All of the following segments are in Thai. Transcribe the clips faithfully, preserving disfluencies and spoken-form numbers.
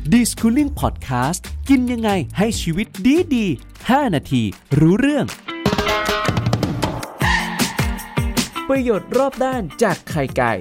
Discooling Podcast กินยังไงให้ชีวิตดีดีห้านาทีรู้เรื่องประโยชน์รอบด้านจากไข่ไก่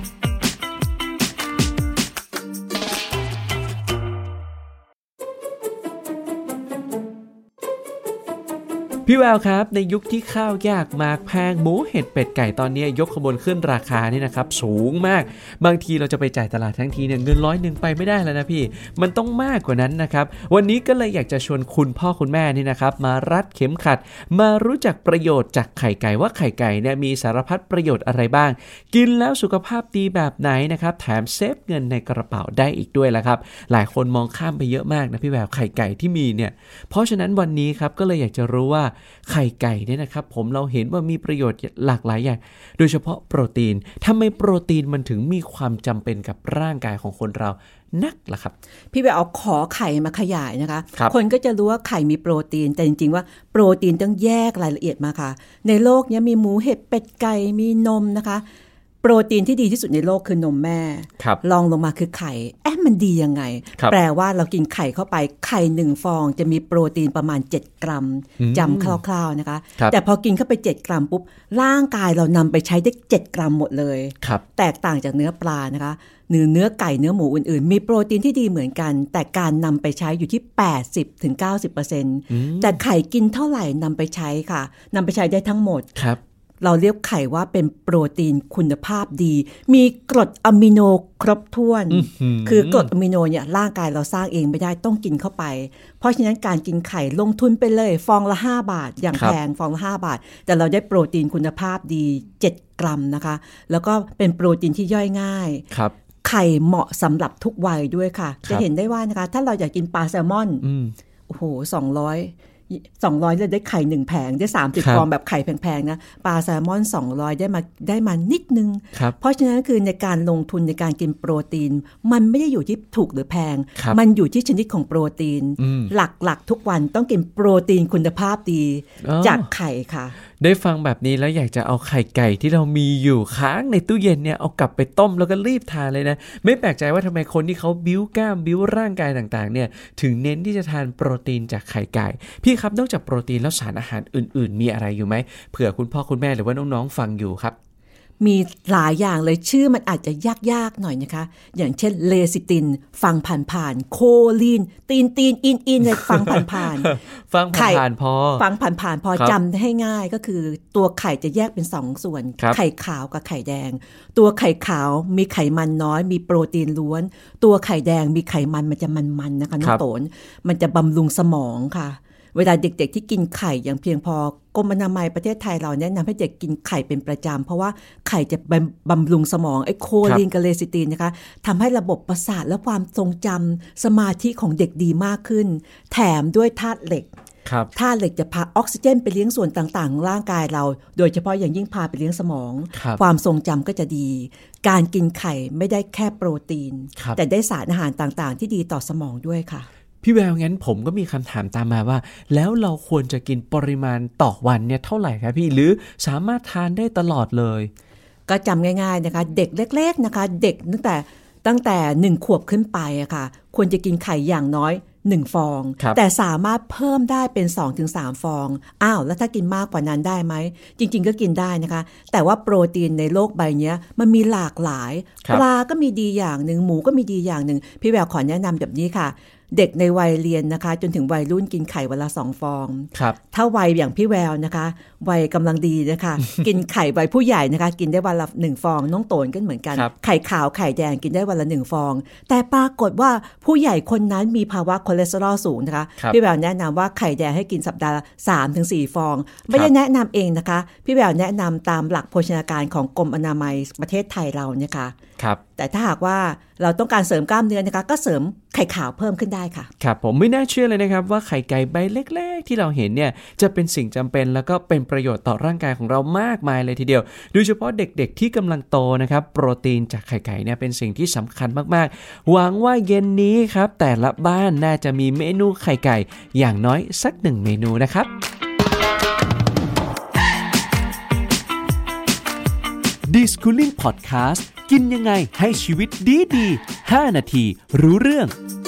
พี่แววครับในยุคที่ข้าวยากหมากแพงหมูเห็ดเป็ดไก่ตอนนี้ยกขบวนขึ้นราคานี่นะครับสูงมากบางทีเราจะไปจ่ายตลาดทั้งทีเนี่ยเงินร้อยหนึ่งไปไม่ได้แล้วนะพี่มันต้องมากกว่านั้นนะครับวันนี้ก็เลยอยากจะชวนคุณพ่อคุณแม่นี่นะครับมารัดเข็มขัดมารู้จักประโยชน์จากไข่ไก่ว่าไข่ไก่เนี่ยมีสารพัดประโยชน์อะไรบ้างกินแล้วสุขภาพดีแบบไหนนะครับแถมเซฟเงินในกระเป๋าได้อีกด้วยละครับหลายคนมองข้ามไปเยอะมากนะพี่แววไข่ไก่ที่มีเนี่ยเพราะฉะนั้นวันนี้ครับก็เลยอยากจะรู้ว่าไข่ไก่เนี่ยนะครับผมเราเห็นว่ามีประโยชน์หลากหลายอย่างโดยเฉพาะโปรตีนทำไมโปรตีนมันถึงมีความจำเป็นกับร่างกายของคนเรานักล่ะครับพี่ไปเอาขอไข่มาขยายนะคะ ค, คนก็จะรู้ว่าไข่มีโปรตีนแต่จริงๆว่าโปรตีนต้องแยกรายละเอียดมาค่ะในโลกนี้มีหมูเห็ดเป็ดไก่มีนมนะคะโปรตีนที่ดีที่สุดในโลกคือนมแม่ลองลงมาคือไข่เอ๊ะมันดียังไงแปลว่าเรากินไข่เข้าไปไข่หนึ่งฟองจะมีโปรตีนประมาณเจ็ดกรัมจำคร่าวๆนะคะแต่พอกินเข้าไปเจ็ดกรัมปุ๊บร่างกายเรานำไปใช้ได้เจ็ดกรัมหมดเลยแตกต่างจากเนื้อปลานะคะเนื้อเนื้อไก่เนื้อหมูอื่นๆมีโปรตีนที่ดีเหมือนกันแต่การนำไปใช้อยู่ที่ แปดสิบถึงเก้าสิบเปอร์เซ็นต์ แต่ไข่กินเท่าไหร่นำไปใช้ค่ะนำไปใช้ได้ทั้งหมดเราเรียกไข่ว่าเป็นโปรตีนคุณภาพดีมีกรดอะมิโนครบถ้วนคือกรดอะมิโนเนี่ยร่างกายเราสร้างเองไม่ได้ต้องกินเข้าไปเพราะฉะนั้นการกินไข่ลงทุนไปเลยฟองละห้าบาทอย่างแพงฟองละห้าบาทแต่เราได้โปรตีนคุณภาพดีเจ็ดกรัมนะคะแล้วก็เป็นโปรตีนที่ย่อยง่ายไข่เหมาะสำหรับทุกวัยด้วยค่ะจะเห็นได้ว่านะคะถ้าเราอยากกินปลาแซลมอนโอ้โหสองร้อยสองร้อยเลยได้ไข่หนึ่งแผงได้สามสิบฟองแบบไข่แพงๆนะปลาแซลมอนสองร้อยได้มาได้มานิดนึงเพราะฉะนั้นคือในการลงทุนในการกินโปรตีนมันไม่ได้อยู่ที่ถูกหรือแพงมันอยู่ที่ชนิดของโปรตีนหลักๆทุกวันต้องกินโปรตีนคุณภาพดีจากไข่ค่ะได้ฟังแบบนี้แล้วอยากจะเอาไข่ไก่ที่เรามีอยู่ค้างในตู้เย็นเนี่ยเอากลับไปต้มแล้วก็รีบทานเลยนะไม่แปลกใจว่าทำไมคนที่เขาบิ้วกล้ามบิ้วร่างกายต่างๆเนี่ยถึงเน้นที่จะทานโปรตีนจากไข่ไก่พี่ครับนอกจากโปรตีนแล้วสารอาหารอื่นๆมีอะไรอยู่ไหมเผื่อคุณพ่อคุณแม่หรือว่าน้องๆฟังอยู่ครับมีหลายอย่างเลยชื่อมันอาจจะยากๆหน่อยนะคะอย่างเช่นเลซิตินฟังผ่านๆโคลีนตีนตีนอินอินเนี่ยฟังผ่านๆฟังผ่านๆพอฟังผ่านๆพอจำให้ง่ายก็คือตัวไข่จะแยกเป็นสองส่วนไข่ขาวกับไข่แดงตัวไข่ขาวมีไขมันน้อยมีโปรตีนล้วนตัวไข่แดงมีไขมันมันจะมันๆนะคะน้องโตนมันจะบำรุงสมองค่ะเวลาเด็กๆที่กินไข่อย่างเพียงพอกรมอนามัยประเทศไทยเราแนะนำให้เด็กกินไข่เป็นประจำเพราะว่าไข่จะบำรุงสมองไอ้โคลีนกับเลซิตินนะคะทำให้ระบบประสาทและความทรงจำสมาธิของเด็กดีมากขึ้นแถมด้วยธาตุเหล็กธาตุเหล็กจะพาออกซิเจนไปเลี้ยงส่วนต่างๆของร่างกายเราโดยเฉพาะอย่างยิ่งพาไปเลี้ยงสมองความทรงจำก็จะดีการกินไข่ไม่ได้แค่โปรตีนแต่ได้สารอาหารต่างๆที่ดีต่อสมองด้วยค่ะพี่แววงั้นผมก็มีคำถามตามมาว่าแล้วเราควรจะกินปริมาณต่อวันเนี่ยเท่าไหร่ครับพี่หรือสามารถทานได้ตลอดเลยก็จำง่ายๆนะคะเด็กเล็กๆนะคะเด็กตั้งแต่ตั้งแต่หนึ่งขวบขึ้นไปอะค่ะควรจะกินไข่อย่างน้อยหนึ่งฟองแต่สามารถเพิ่มได้เป็น สองถึงสาม ฟองอ้าวแล้วถ้ากินมากกว่านั้นได้ไหมจริงๆก็กินได้นะคะแต่ว่าโปรตีนในโลกใบนี้มันมีหลากหลายปลาก็มีดีอย่างหนึ่งหมูก็มีดีอย่างหนึ่งพี่แววขอแนะนำแบบนี้ค่ะเด็กในวัยเรียนนะคะจนถึงวัยรุ่นกินไข่วันละสองฟองถ้าวัยอย่างพี่แววนะคะวัยกำลังดีนะคะ กินไข่วัยผู้ใหญ่นะคะกินได้วันละหนึ่งฟองน้องโตนก็เหมือนกันไข่ขาวไข่แดงกินได้วันละหนึ่งฟองแต่ปรากฏว่าผู้ใหญ่คนนั้นมีภาวะคอเลสเตอรอลสูงนะคะพี่แววแนะนำว่าไข่แดงให้กินสัปดาห์ละ สามถึงสี่ ฟองไม่ได้แนะนำเองนะคะพี่แววแนะนำตามหลักโภชนาการของกรมอนามัยประเทศไทยเราเนี่ยค่ะแต่ถ้าหากว่าเราต้องการเสริมกล้ามเนื้อนะคะก็เสริมไข่ขาวเพิ่มขึ้นได้ค่ะครับผมไม่น่าเชื่อเลยนะครับว่าไข่ไก่ใบเล็กๆที่เราเห็นเนี่ยจะเป็นสิ่งจำเป็นแล้วก็เป็นประโยชน์ต่อร่างกายของเรามากมายเลยทีเดียวโดยเฉพาะเด็กๆที่กำลังโตนะครับโปรตีนจากไข่ไก่เนี่ยเป็นสิ่งที่สำคัญมากๆหวังว่าเย็นนี้ครับแต่ละบ้านน่าจะมีเมนูไข่ไก่อย่างน้อยสักหนึ่งเมนูนะครับDiscooling Podcast กินยังไงให้ชีวิตดีๆห้านาทีรู้เรื่อง